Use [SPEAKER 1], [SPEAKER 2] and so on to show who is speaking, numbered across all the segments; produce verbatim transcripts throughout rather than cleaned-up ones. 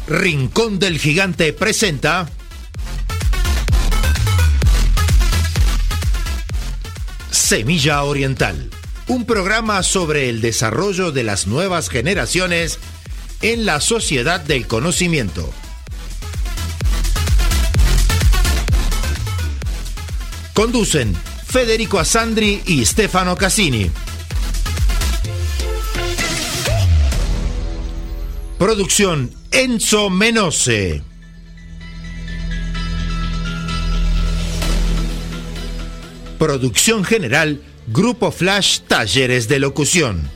[SPEAKER 1] Rincón del Gigante presenta Semilla Oriental, un programa sobre el desarrollo de las nuevas generaciones en la sociedad del conocimiento. Conducen Federico Asandri y Stefano Cassini. Producción Enzo Menose. Producción general Grupo Flash Talleres de Locución.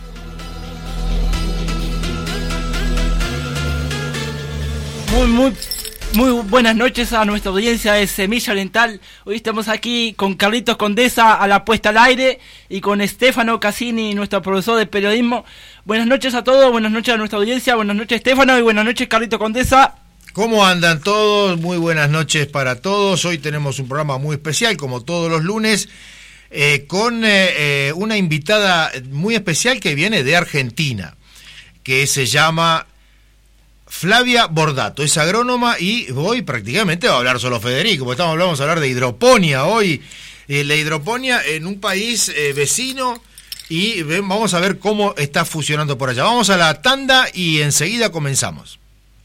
[SPEAKER 2] Muy, muy, muy buenas noches a nuestra audiencia de Semilla Oriental. Hoy estamos aquí con Carlitos Condesa a la puesta al aire y con Stefano Cassini, nuestro profesor de periodismo. Buenas noches a todos, buenas noches a nuestra audiencia, buenas noches Stefano y buenas noches Carlitos Condesa.
[SPEAKER 1] ¿Cómo andan todos? Muy buenas noches para todos. Hoy tenemos un programa muy especial, como todos los lunes, eh, con eh, una invitada muy especial que viene de Argentina, que se llama Flavia Bordato. Es agrónoma y hoy prácticamente va a hablar solo Federico, porque estamos, vamos a hablar de hidroponía hoy. Eh, la hidroponía en un país eh, vecino y ven, vamos a ver cómo está funcionando por allá. Vamos a la tanda y enseguida comenzamos.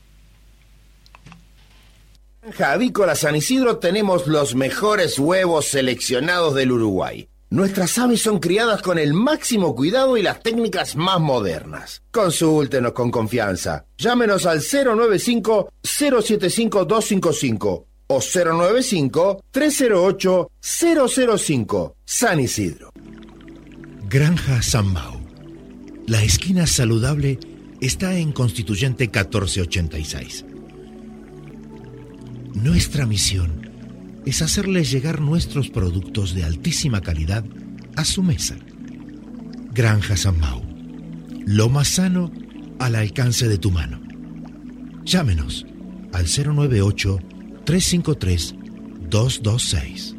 [SPEAKER 3] En Granja Avícola San Isidro tenemos los mejores huevos seleccionados del Uruguay. Nuestras aves son criadas con el máximo cuidado y las técnicas más modernas. Consúltenos con confianza. Llámenos al cero nueve cinco, cero siete cinco, dos cinco cinco o cero nueve cinco, tres cero ocho, cero cero cinco. San Isidro.
[SPEAKER 1] Granja San Mau. La esquina saludable está en Constituyente catorce ochenta y seis. Nuestra misión es hacerles llegar nuestros productos de altísima calidad a su mesa. Granja San Mau, lo más sano al alcance de tu mano. Llámenos al cero nueve ocho, tres cinco tres, dos dos seis.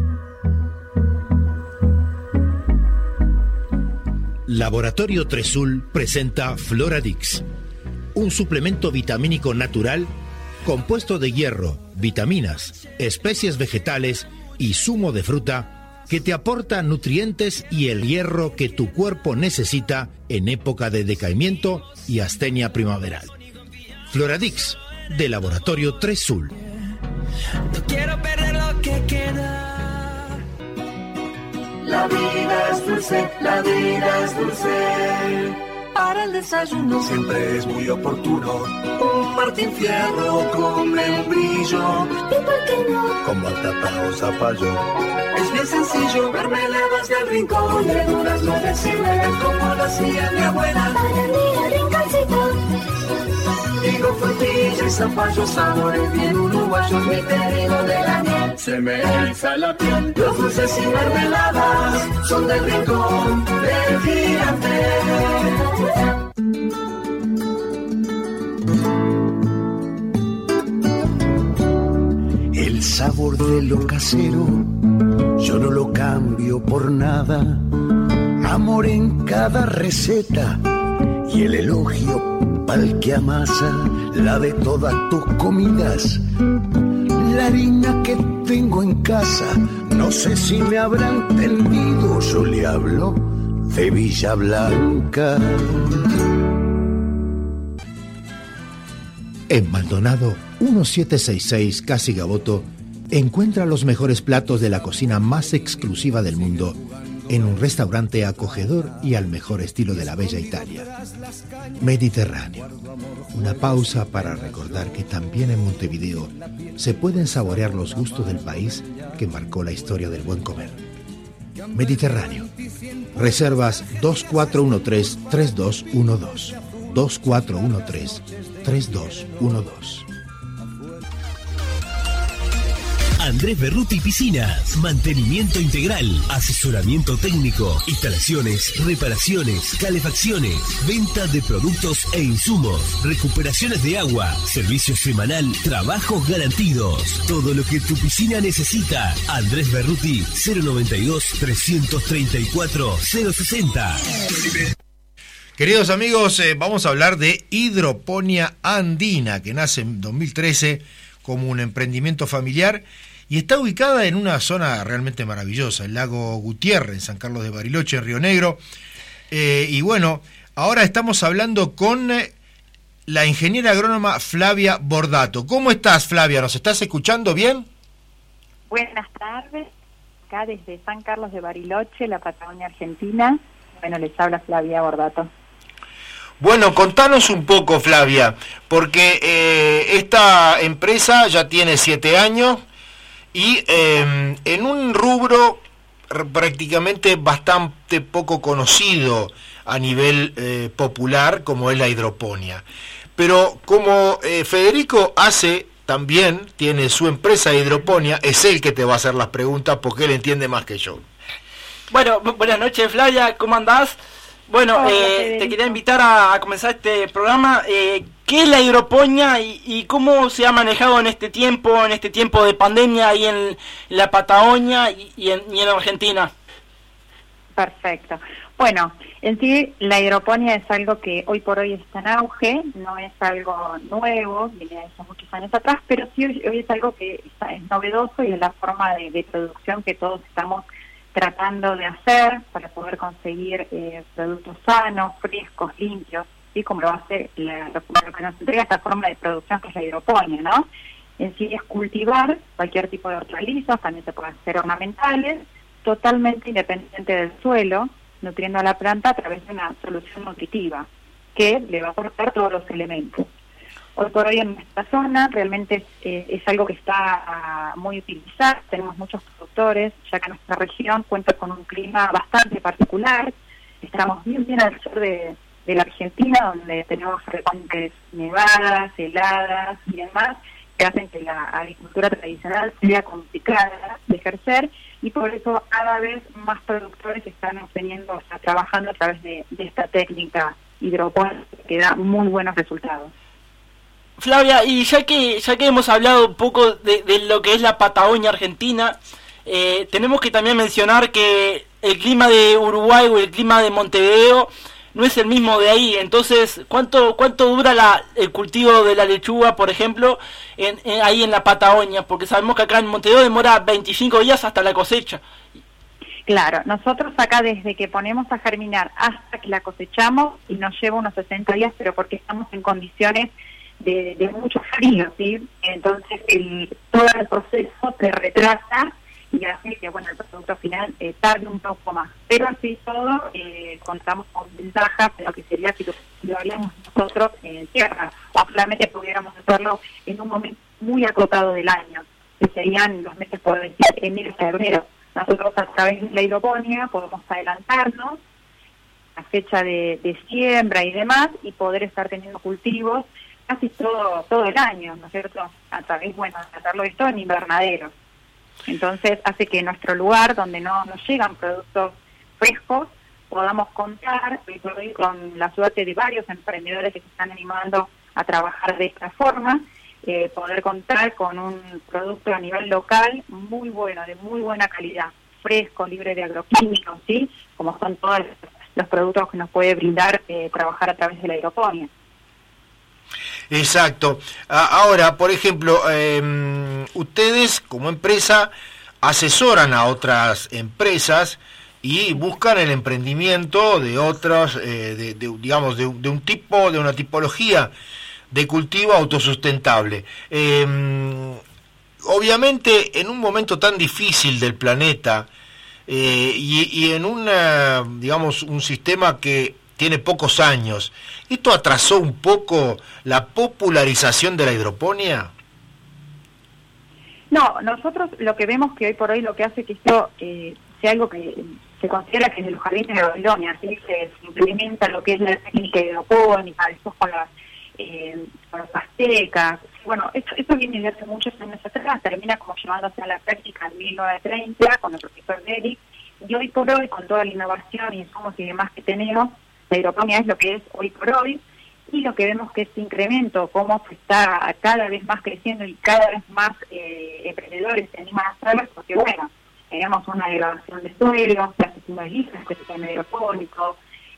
[SPEAKER 1] Laboratorio Tresul presenta Floradix, un suplemento vitamínico natural compuesto de hierro, vitaminas, especies vegetales y zumo de fruta que te aporta nutrientes y el hierro que tu cuerpo necesita en época de decaimiento y astenia primaveral. Floradix, de Laboratorio Tresul.
[SPEAKER 4] No quiero perder lo que queda. La vida es dulce, la vida es dulce. Para el desayuno siempre es muy oportuno un Martín Fierro con membrillo. ¿Y por qué no? Con batata o zapallo. Es bien sencillo, mermeladas del rincón, verduras no deciden como lo hacía mi abuela. Para mí el rinconcito. Y con frutilla y zapallo, sabores bien uruguayos, mi pedido de la miel. Se me eriza la piel. Los dulces y mermeladas son del rincón del gigante.
[SPEAKER 5] El sabor de lo casero, yo no lo cambio por nada. Amor en cada receta y el elogio pa'l que amasa la de todas tus comidas. La harina que tengo en casa, no sé si me habrá entendido. Yo le hablo de Villa Blanca.
[SPEAKER 1] En Maldonado diecisiete sesenta y seis, Casi Gaboto, encuentra los mejores platos de la cocina más exclusiva del mundo en un restaurante acogedor y al mejor estilo de la bella Italia. Mediterráneo. Una pausa para recordar que también en Montevideo se pueden saborear los gustos del país que marcó la historia del buen comer. Mediterráneo. Reservas dos cuatro uno tres, tres dos uno dos. dos cuatro uno tres, tres dos uno dos.
[SPEAKER 6] Andrés Berruti Piscinas, mantenimiento integral, asesoramiento técnico, instalaciones, reparaciones, calefacciones, venta de productos e insumos, recuperaciones de agua, servicio semanal, trabajos garantidos, todo lo que tu piscina necesita. Andrés Berruti, cero noventa y dos, trescientos treinta y cuatro, cero sesenta.
[SPEAKER 1] Queridos amigos, eh, vamos a hablar de Hidroponía Andina, que nace en dos mil trece como un emprendimiento familiar y está ubicada en una zona realmente maravillosa, el lago Gutiérrez, en San Carlos de Bariloche, en Río Negro. Eh, y bueno, ahora estamos hablando con eh, la ingeniera agrónoma Flavia Bordato. ¿Cómo estás, Flavia? ¿Nos estás escuchando bien?
[SPEAKER 7] Buenas tardes, acá desde San Carlos de Bariloche, la Patagonia Argentina. Bueno, les habla Flavia Bordato.
[SPEAKER 1] Bueno, contanos un poco, Flavia, porque eh, esta empresa ya tiene siete años y eh, en un rubro prácticamente bastante poco conocido a nivel eh, popular, como es la hidroponía. Pero como eh, Federico hace también, tiene su empresa de hidroponía, es él que te va a hacer las preguntas porque él entiende más que yo.
[SPEAKER 2] Bueno, buenas noches, Flavia, ¿cómo andás? Bueno, Hola, eh, te quería invitar a, a comenzar este programa. Eh, ¿Qué es la hidroponía y, y cómo se ha manejado en este tiempo, en este tiempo de pandemia ahí en la Patagonia y, y, en, y en Argentina?
[SPEAKER 7] Perfecto. Bueno, en sí la hidroponía es algo que hoy por hoy está en auge, no es algo nuevo, viene de hace muchos años atrás, pero sí hoy, hoy es algo que está, es novedoso y es la forma de, de producción que todos estamos tratando de hacer para poder conseguir eh, productos sanos, frescos, limpios, ¿sí? Como lo hace la, lo que nos entrega esta forma de producción que es la hidroponía, ¿no? En sí es cultivar cualquier tipo de hortalizas, también se pueden hacer ornamentales, totalmente independiente del suelo, nutriendo a la planta a través de una solución nutritiva que le va a aportar todos los elementos. Hoy por hoy en nuestra zona realmente es, eh, es algo que está uh, muy utilizado, tenemos muchos productores, ya que nuestra región cuenta con un clima bastante particular, estamos bien bien al sur de, de la Argentina, donde tenemos frecuentes nevadas, heladas y demás, que hacen que la agricultura tradicional sea complicada de ejercer, y por eso cada vez más productores están obteniendo, o sea, trabajando a través de, de esta técnica hidropónica que da muy buenos resultados.
[SPEAKER 2] Flavia, y ya que ya que hemos hablado un poco de, de lo que es la Patagonia Argentina, eh, tenemos que también mencionar que el clima de Uruguay o el clima de Montevideo no es el mismo de ahí. Entonces, ¿cuánto cuánto dura la, el cultivo de la lechuga, por ejemplo, en, en, ahí en la Patagonia? Porque sabemos que acá en Montevideo demora veinticinco días hasta la cosecha.
[SPEAKER 7] Claro, nosotros acá desde que ponemos a germinar hasta que la cosechamos, y nos lleva unos sesenta días, pero porque estamos en condiciones de, de mucho frío, ¿sí? Entonces el, todo el proceso se retrasa y hace que, bueno, el producto final eh, tarde un poco más. Pero así todo, eh, contamos con ventajas de lo que sería si lo, si lo haríamos nosotros en tierra, o solamente pudiéramos hacerlo en un momento muy acotado del año, que serían los meses, por decir, enero y febrero. Nosotros a través de la hidroponía podemos adelantarnos la fecha de, de siembra y demás, y poder estar teniendo cultivos casi todo todo el año, ¿no es cierto? A través, bueno, hacerlo esto en invernaderos. Entonces hace que nuestro lugar, donde no nos llegan productos frescos, podamos contar hoy con la suerte de varios emprendedores que se están animando a trabajar de esta forma, eh, poder contar con un producto a nivel local muy bueno, de muy buena calidad, fresco, libre de agroquímicos, ¿sí? Como son todos los productos que nos puede brindar eh, trabajar a través de la hidroponía.
[SPEAKER 1] Exacto. Ahora, por ejemplo, eh, ustedes como empresa asesoran a otras empresas y buscan el emprendimiento de otras, eh, de, de, digamos, de, de un tipo, de una tipología de cultivo autosustentable. Eh, obviamente, en un momento tan difícil del planeta eh, y, y en una, digamos, un sistema que tiene pocos años, ¿esto atrasó un poco la popularización de la hidroponía?
[SPEAKER 7] No, nosotros lo que vemos que hoy por hoy lo que hace que esto eh, sea algo que se considera que en los jardines de Babilonia, así se implementa lo que es la técnica hidropónica, después con, las, eh, con los aztecas. Bueno, esto, esto viene de hace muchos años atrás, termina como llevándose a la práctica en mil novecientos treinta con el profesor Derrick, y hoy por hoy, con toda la innovación y insumos y demás que tenemos, la hidroponía es lo que es hoy por hoy, y lo que vemos que este incremento, cómo se está cada vez más creciendo y cada vez más eh, emprendedores se animan a hacerlo, porque bueno, tenemos una degradación de suelo, la asesino de listas, que es el sistema hidropónico,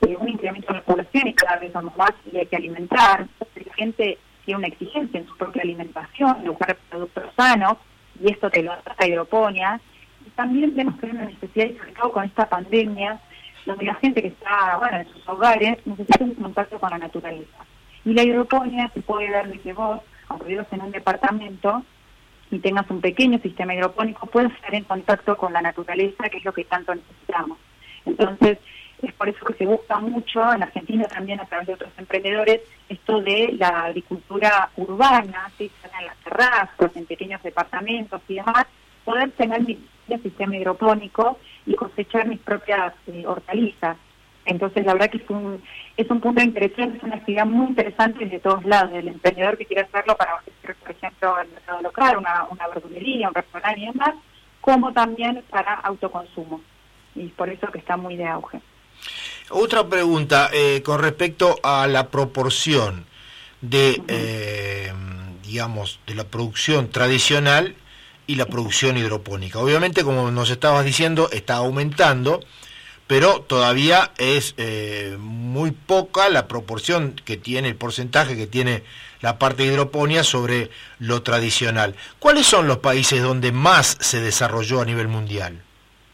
[SPEAKER 7] eh, un incremento de la población y cada vez somos más y hay que alimentar. Entonces la gente tiene una exigencia en su propia alimentación, de buscar productos sanos, y esto te lo da la hidroponía. Y también tenemos que ver una necesidad, y sobre todo con esta pandemia, donde la gente que está, bueno, en sus hogares necesita un contacto con la naturaleza. Y la hidroponía se puede dar de que vos, aunque vivas en un departamento y tengas un pequeño sistema hidropónico, puedas estar en contacto con la naturaleza, que es lo que tanto necesitamos. Entonces, es por eso que se busca mucho, en Argentina también a través de otros emprendedores, esto de la agricultura urbana, ¿sí? En las terrazas, en pequeños departamentos y demás, poder tener mi sistema hidropónico y cosechar mis propias eh, hortalizas. Entonces, la verdad que es un es un punto interesante, es una actividad muy interesante de todos lados, del emprendedor que quiere hacerlo para abastecer, por ejemplo, el mercado local, una, una verdulería, un restaurante y demás, como también para autoconsumo. Y por eso que está muy de auge.
[SPEAKER 8] Otra pregunta eh, con respecto a la proporción de, uh-huh. eh, digamos, de la producción tradicional y la producción hidropónica. Obviamente, como nos estabas diciendo, está aumentando, pero todavía es eh, muy poca la proporción que tiene, el porcentaje que tiene la parte de hidroponía sobre lo tradicional. ¿Cuáles son los países donde más se desarrolló a nivel mundial?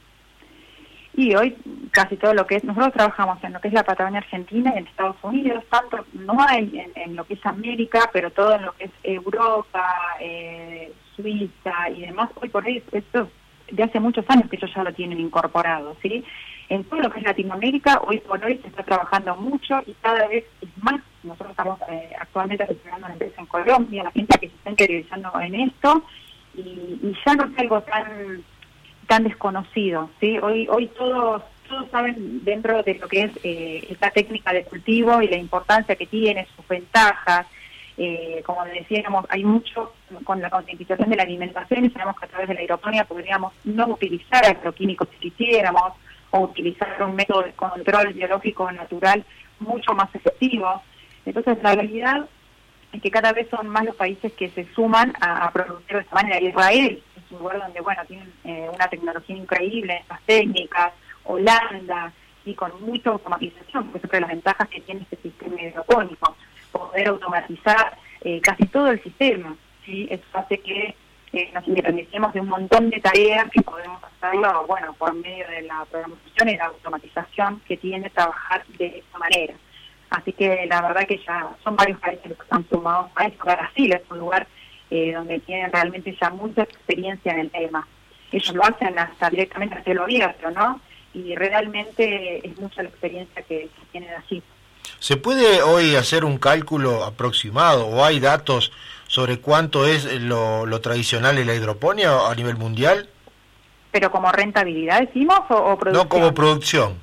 [SPEAKER 7] Y hoy casi todo lo que es, nosotros trabajamos en lo que es la Patagonia Argentina y en Estados Unidos, tanto no hay en, en lo que es América, pero todo en lo que es Europa, eh, Suiza y demás, hoy por hoy esto de hace muchos años que ellos ya lo tienen incorporado, ¿sí? En todo lo que es Latinoamérica, hoy por hoy se está trabajando mucho y cada vez es más. Nosotros estamos eh, actualmente asesorando a una empresa en Colombia, la gente que se está interiorizando en esto, y, y ya no es algo tan tan desconocido, ¿sí? Hoy hoy todos todos saben dentro de lo que es eh, esta técnica de cultivo y la importancia que tiene, sus ventajas. Eh, como decíamos, hay mucho con la concientización de la alimentación y sabemos que a través de la hidroponía podríamos no utilizar agroquímicos si quisiéramos, o utilizar un método de control biológico natural mucho más efectivo. Entonces, la realidad es que cada vez son más los países que se suman a, a producir de esta manera. Israel es un lugar donde, bueno, tienen eh, una tecnología increíble en estas técnicas, Holanda, y con mucha automatización, porque es otra de las ventajas que tiene este sistema hidropónico, poder automatizar eh, casi todo el sistema, ¿sí? Eso hace que eh, nos independicemos de un montón de tareas que podemos hacerlo, bueno, por medio de la programación y la automatización que tiene trabajar de esta manera. Así que la verdad que ya son varios países los que están sumados a esto. Brasil es un lugar eh, donde tienen realmente ya mucha experiencia en el tema. Ellos lo hacen hasta directamente a cielo abierto, ¿no? Y realmente es mucha la experiencia que, que tienen allí.
[SPEAKER 8] ¿Se puede hoy hacer un cálculo aproximado o hay datos sobre cuánto es lo, lo tradicional en la hidroponía a nivel mundial?
[SPEAKER 7] ¿Pero como rentabilidad decimos o, o producción?
[SPEAKER 8] No, como producción.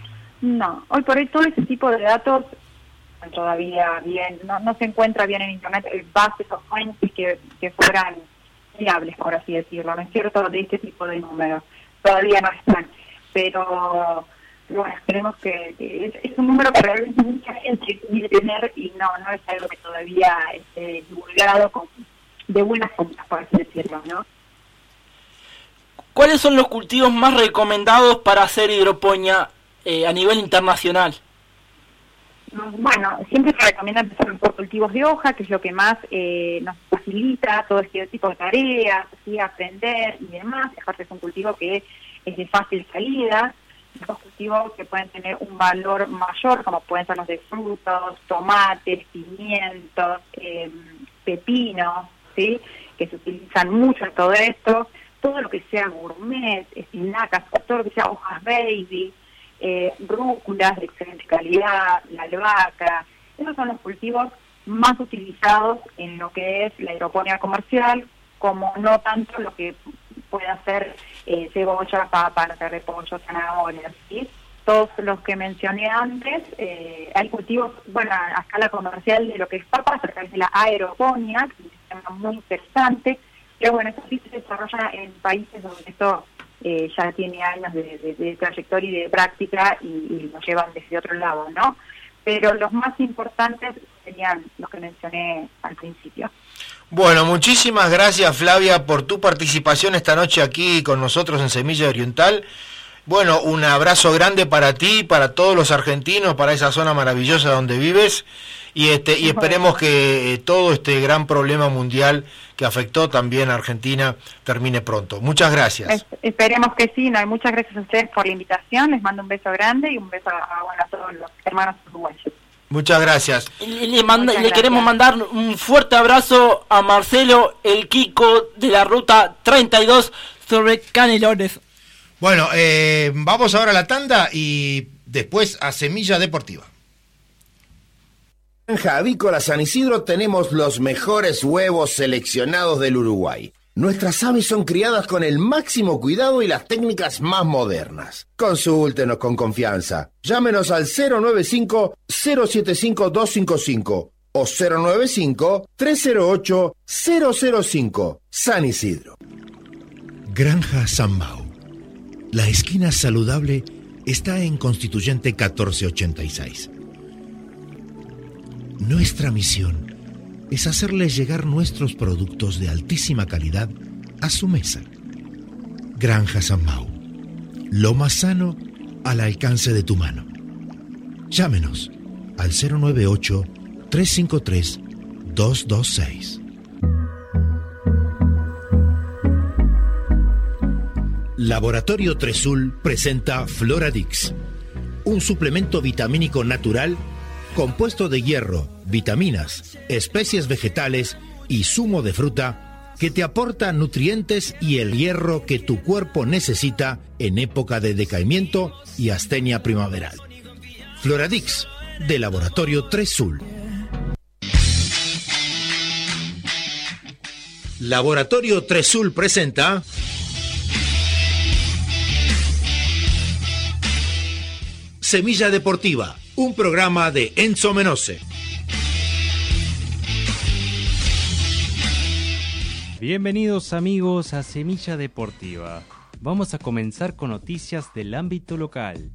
[SPEAKER 7] No, hoy por hoy todo ese tipo de datos todavía bien, no, no se encuentra bien en internet bases o fuentes que, que fueran fiables, por así decirlo, ¿no es cierto? De este tipo de números todavía no están, pero bueno, esperemos que, que es, es un número que realmente mucha gente quiere tener y no no es algo que todavía esté divulgado con, de buenas fuentes, por así decirlo, ¿no?
[SPEAKER 2] ¿Cuáles son los cultivos más recomendados para hacer hidroponía eh, a nivel internacional?
[SPEAKER 7] Bueno, siempre se recomienda empezar por cultivos de hoja, que es lo que más eh, nos facilita todo este tipo de tareas, ¿sí? Aprender y demás. Aparte es un cultivo que es de fácil salida. Los cultivos que pueden tener un valor mayor, como pueden ser los de frutos, tomates, pimientos, eh, pepinos, ¿sí? Que se utilizan mucho en todo esto. Todo lo que sea gourmet, espinacas, todo lo que sea hojas baby, eh, rúculas de excelente calidad, la albahaca. Esos son los cultivos más utilizados en lo que es la hidroponía comercial, como no tanto lo que puede ser eh, cebolla, papa, repollo, zanahorias, ¿sí? Todos los que mencioné antes, eh, hay cultivos, bueno, a escala comercial de lo que es papas a través de la aeroponía, que es un sistema muy interesante, pero bueno, eso sí se desarrolla en países donde esto eh, ya tiene años de, de, de trayectoria y de práctica y, y lo llevan desde otro lado, ¿no? Pero los más importantes serían los que mencioné al principio.
[SPEAKER 8] Bueno, muchísimas gracias, Flavia, por tu participación esta noche aquí con nosotros en Semilla Oriental. Bueno, un abrazo grande para ti, para todos los argentinos, para esa zona maravillosa donde vives, y este y esperemos que eh, todo este gran problema mundial que afectó también a Argentina termine pronto. Muchas gracias.
[SPEAKER 7] Es, esperemos que sí, no, y muchas gracias a ustedes por la invitación, les mando un beso grande y un beso a, bueno, a todos los hermanos uruguayos.
[SPEAKER 8] Muchas gracias.
[SPEAKER 2] Le, le, manda,
[SPEAKER 7] Muchas
[SPEAKER 2] le queremos mandar un fuerte abrazo a Marcelo, el Kiko de la ruta treinta y dos sobre Canelones.
[SPEAKER 1] Bueno, eh, vamos ahora a la tanda y después a Semilla Deportiva.
[SPEAKER 3] En Granja Avícola San Isidro tenemos los mejores huevos seleccionados del Uruguay. Nuestras aves son criadas con el máximo cuidado y las técnicas más modernas. Consúltenos con confianza. Llámenos al cero nueve cinco, cero siete cinco, dos cinco cinco o cero nueve cinco, tres cero ocho, cero cero cinco. San Isidro.
[SPEAKER 1] Granja San Mau. La esquina saludable está en Constituyente catorce ochenta y seis. Nuestra misión es hacerles llegar nuestros productos de altísima calidad a su mesa. Granja San Mau. Lo más sano al alcance de tu mano. Llámenos al cero nueve ocho, tres cinco tres, dos dos seis. Laboratorio Tresul presenta Floradix, un suplemento vitamínico natural compuesto de hierro, vitaminas, especies vegetales y zumo de fruta que te aporta nutrientes y el hierro que tu cuerpo necesita en época de decaimiento y astenia primaveral. Floradix, de Laboratorio Tresul. Laboratorio Tresul presenta Semilla Deportiva, un programa de Enzo Menose.
[SPEAKER 9] Bienvenidos amigos a Semilla Deportiva. Vamos a comenzar con noticias del ámbito local.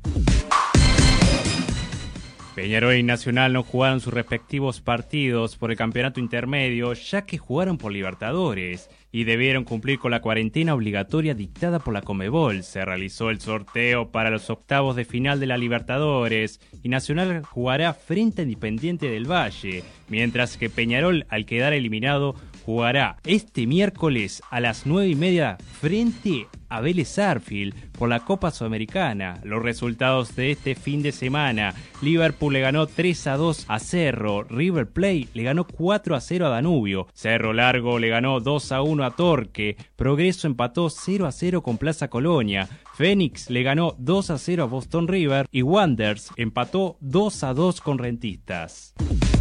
[SPEAKER 9] Peñarol y Nacional no jugaron sus respectivos partidos por el campeonato intermedio, ya que jugaron por Libertadores y debieron cumplir con la cuarentena obligatoria dictada por la Conmebol. Se realizó el sorteo para los octavos de final de la Libertadores y Nacional jugará frente a Independiente del Valle, mientras que Peñarol, al quedar eliminado, jugará este miércoles a las nueve y media frente a Vélez Sarsfield por la Copa Sudamericana. Los resultados de este fin de semana: Liverpool le ganó tres a dos a Cerro, River Plate le ganó cuatro a cero a Danubio, Cerro Largo le ganó dos a uno a Torque, Progreso empató cero a cero con Plaza Colonia, Fénix le ganó dos a cero a Boston River y Wanderers empató dos a dos con Rentistas.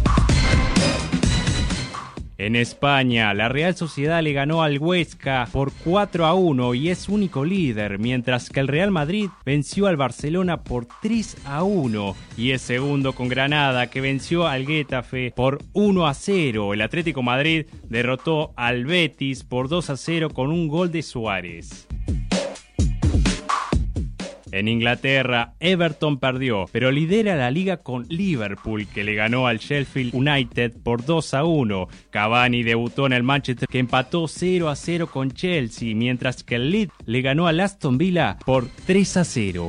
[SPEAKER 9] En España, la Real Sociedad le ganó al Huesca por cuatro a uno y es único líder, mientras que el Real Madrid venció al Barcelona por tres a uno y es segundo con Granada, que venció al Getafe por uno a cero. El Atlético Madrid derrotó al Betis por dos a cero con un gol de Suárez. En Inglaterra, Everton perdió, pero lidera la liga con Liverpool, que le ganó al Sheffield United por dos a uno. Cavani debutó en el Manchester, que empató cero a cero con Chelsea, mientras que el Leeds le ganó al Aston Villa por tres a cero.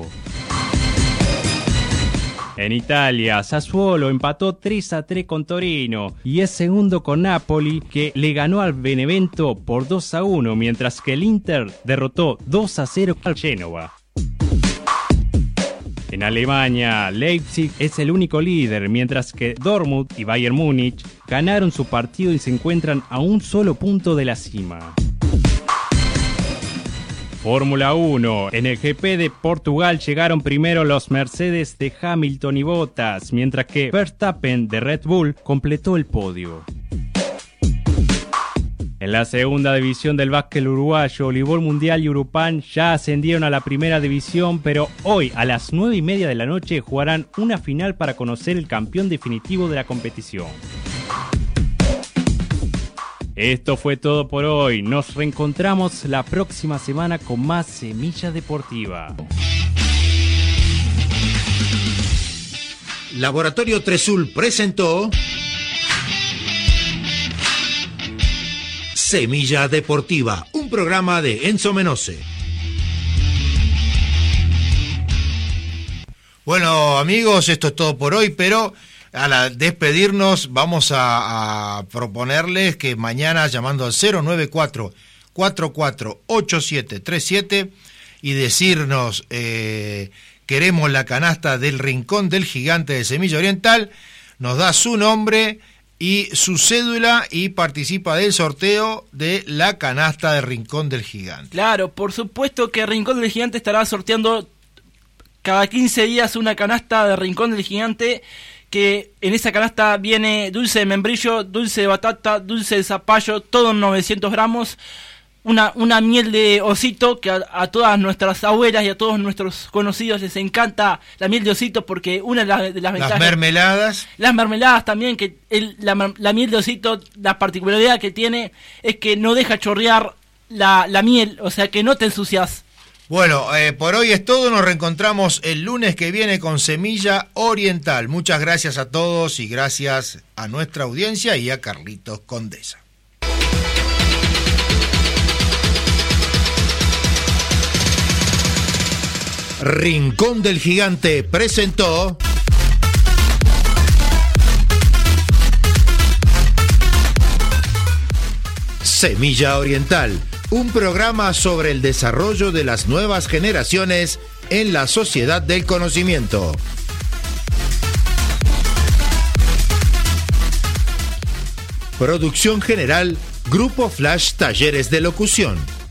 [SPEAKER 9] En Italia, Sassuolo empató tres a tres con Torino y es segundo con Napoli, que le ganó al Benevento por dos a uno, mientras que el Inter derrotó dos a cero al Génova. En Alemania, Leipzig es el único líder, mientras que Dortmund y Bayern Múnich ganaron su partido y se encuentran a un solo punto de la cima. Fórmula uno. En el G P de Portugal llegaron primero los Mercedes de Hamilton y Bottas, mientras que Verstappen de Red Bull completó el podio. En la segunda división del básquet uruguayo, Voleibol Mundial y Urupan ya ascendieron a la primera división, pero hoy a las nueve y media de la noche jugarán una final para conocer el campeón definitivo de la competición. Esto fue todo por hoy. Nos reencontramos la próxima semana con más Semilla Deportiva.
[SPEAKER 1] Laboratorio Tresul presentó Semilla Deportiva, un programa de Enzo Menose.
[SPEAKER 8] Bueno, amigos, esto es todo por hoy, pero a la despedirnos vamos a, a proponerles que mañana, llamando al cero nueve cuatro, cuatro cuatro ocho siete tres siete y decirnos eh, queremos la canasta del Rincón del Gigante de Semilla Oriental, nos da su nombre y su cédula y participa del sorteo de la canasta del Rincón del Gigante.
[SPEAKER 2] Claro, por supuesto que Rincón del Gigante estará sorteando cada quince días una canasta de Rincón del Gigante, que en esa canasta viene dulce de membrillo, dulce de batata, dulce de zapallo, todo en novecientos gramos, una, una miel de osito, que a, a todas nuestras abuelas y a todos nuestros conocidos les encanta la miel de osito, porque una de, la, de las ventajas...
[SPEAKER 8] Las mermeladas.
[SPEAKER 2] Las mermeladas también, que el, la, la miel de osito, la particularidad que tiene es que no deja chorrear la, la miel, o sea que no te ensucias.
[SPEAKER 8] Bueno, eh, por hoy es todo, nos reencontramos el lunes que viene con Semilla Oriental. Muchas gracias a todos y gracias a nuestra audiencia y a Carlitos Condesa.
[SPEAKER 1] Rincón del Gigante presentó Semilla Oriental, un programa sobre el desarrollo de las nuevas generaciones en la sociedad del conocimiento. Producción general, Grupo Flash Talleres de Locución.